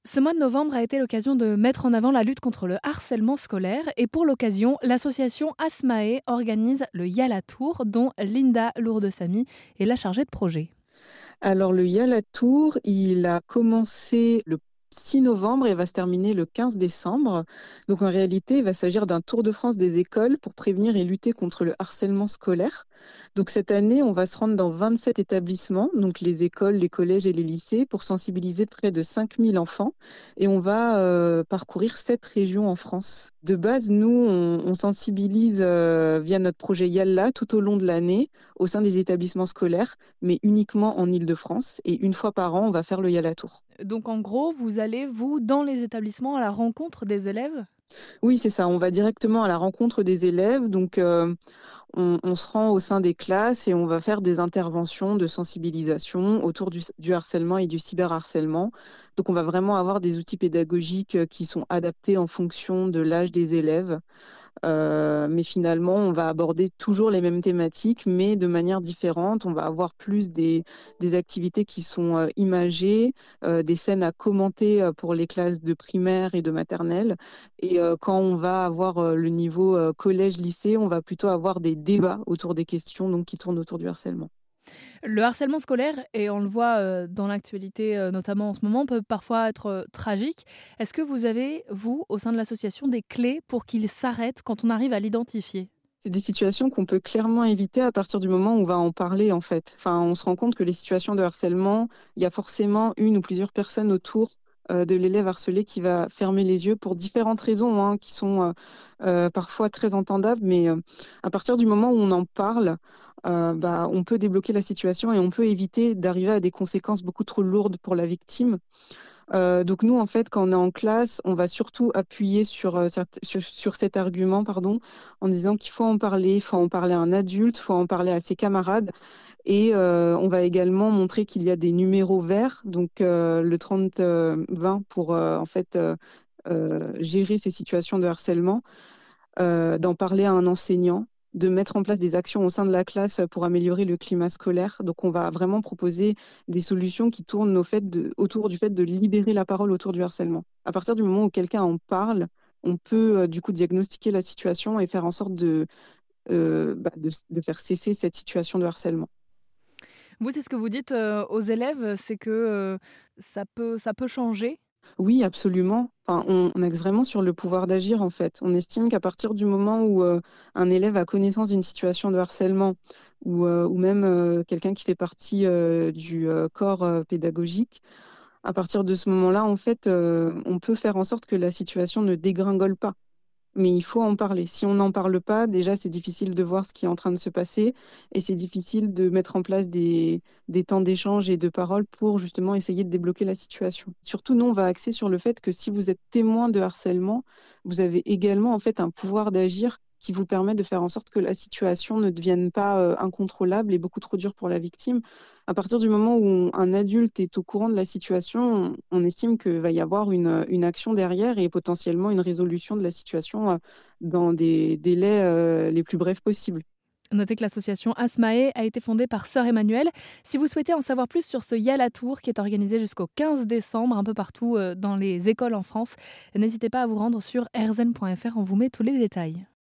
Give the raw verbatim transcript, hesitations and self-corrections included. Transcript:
Ce mois de novembre a été l'occasion de mettre en avant la lutte contre le harcèlement scolaire et pour l'occasion, l'association Asmae organise le Yala Tour dont Linda Lourdesamy est la chargée de projet. Alors le Yala Tour, il a commencé le six novembre et va se terminer le quinze décembre. Donc en réalité, il va s'agir d'un tour de France des écoles pour prévenir et lutter contre le harcèlement scolaire. Donc cette année, on va se rendre dans vingt-sept établissements, donc les écoles, les collèges et les lycées, pour sensibiliser près de cinq mille enfants. Et on va euh, parcourir sept régions en France. De base, nous, on, on sensibilise euh, via notre projet Yalla tout au long de l'année au sein des établissements scolaires, mais uniquement en Île-de-France. Et une fois par an, on va faire le Yala Tour. Donc en gros, vous allez, vous, dans les établissements à la rencontre des élèves? Oui, c'est ça. On va directement à la rencontre des élèves. Donc, euh, on, on se rend au sein des classes et on va faire des interventions de sensibilisation autour du, du harcèlement et du cyberharcèlement. Donc, on va vraiment avoir des outils pédagogiques euh, qui sont adaptés en fonction de l'âge des élèves. Euh, mais finalement, on va aborder toujours les mêmes thématiques, mais de manière différente. On va avoir plus des, des activités qui sont euh, imagées, euh, des scènes à commenter euh, pour les classes de primaire et de maternelle. Et euh, quand on va avoir euh, le niveau euh, collège-lycée, on va plutôt avoir des débats autour des questions donc, qui tournent autour du harcèlement. Le harcèlement scolaire, et on le voit euh, dans l'actualité euh, notamment en ce moment, peut parfois être euh, tragique. Est-ce que vous avez, vous, au sein de l'association, des clés pour qu'il s'arrête quand on arrive à l'identifier? C'est des situations qu'on peut clairement éviter à partir du moment où on va en parler, en fait. Enfin, on se rend compte que les situations de harcèlement, il y a forcément une ou plusieurs personnes autour euh, de l'élève harcelé qui va fermer les yeux pour différentes raisons, hein, qui sont euh, euh, parfois très entendables. Mais euh, à partir du moment où on en parle, euh, bah, on peut débloquer la situation et on peut éviter d'arriver à des conséquences beaucoup trop lourdes pour la victime. Euh, donc nous, en fait, quand on est en classe, on va surtout appuyer sur, euh, certes- sur, sur cet argument, pardon, en disant qu'il faut en parler, il faut en parler à un adulte, il faut en parler à ses camarades. Et euh, on va également montrer qu'il y a des numéros verts, donc euh, le trente vingt pour euh, en fait euh, euh, gérer ces situations de harcèlement, euh, d'en parler à un enseignant, de mettre en place des actions au sein de la classe pour améliorer le climat scolaire. Donc, on va vraiment proposer des solutions qui tournent au fait de- autour du fait de libérer la parole autour du harcèlement. À partir du moment où quelqu'un en parle, on peut euh, du coup diagnostiquer la situation et faire en sorte de, euh, bah, de, de faire cesser cette situation de harcèlement. Vous, c'est ce que vous dites euh, aux élèves, c'est que euh, ça peut, ça peut changer. Oui, absolument. Enfin, on, on axe vraiment sur le pouvoir d'agir, en fait. On estime qu'à partir du moment où euh, un élève a connaissance d'une situation de harcèlement ou, euh, ou même euh, quelqu'un qui fait partie euh, du euh, corps euh, pédagogique, à partir de ce moment-là, en fait, euh, on peut faire en sorte que la situation ne dégringole pas. Mais il faut en parler. Si on n'en parle pas, déjà, c'est difficile de voir ce qui est en train de se passer et c'est difficile de mettre en place des, des temps d'échange et de parole pour justement essayer de débloquer la situation. Surtout, nous, on va axer sur le fait que si vous êtes témoin de harcèlement, vous avez également en fait un pouvoir d'agir qui vous permet de faire en sorte que la situation ne devienne pas euh, incontrôlable et beaucoup trop dure pour la victime. À partir du moment où on- un adulte est au courant de la situation, on, on estime qu'il va y avoir une, une action derrière et potentiellement une résolution de la situation euh, dans des délais euh, les plus brefs possibles. Notez que l'association Asmae a été fondée par Sœur Emmanuelle. Si vous souhaitez en savoir plus sur ce Yala Tour qui est organisé jusqu'au quinze décembre un peu partout euh, dans les écoles en France, n'hésitez pas à vous rendre sur erzen point f r, on vous met tous les détails.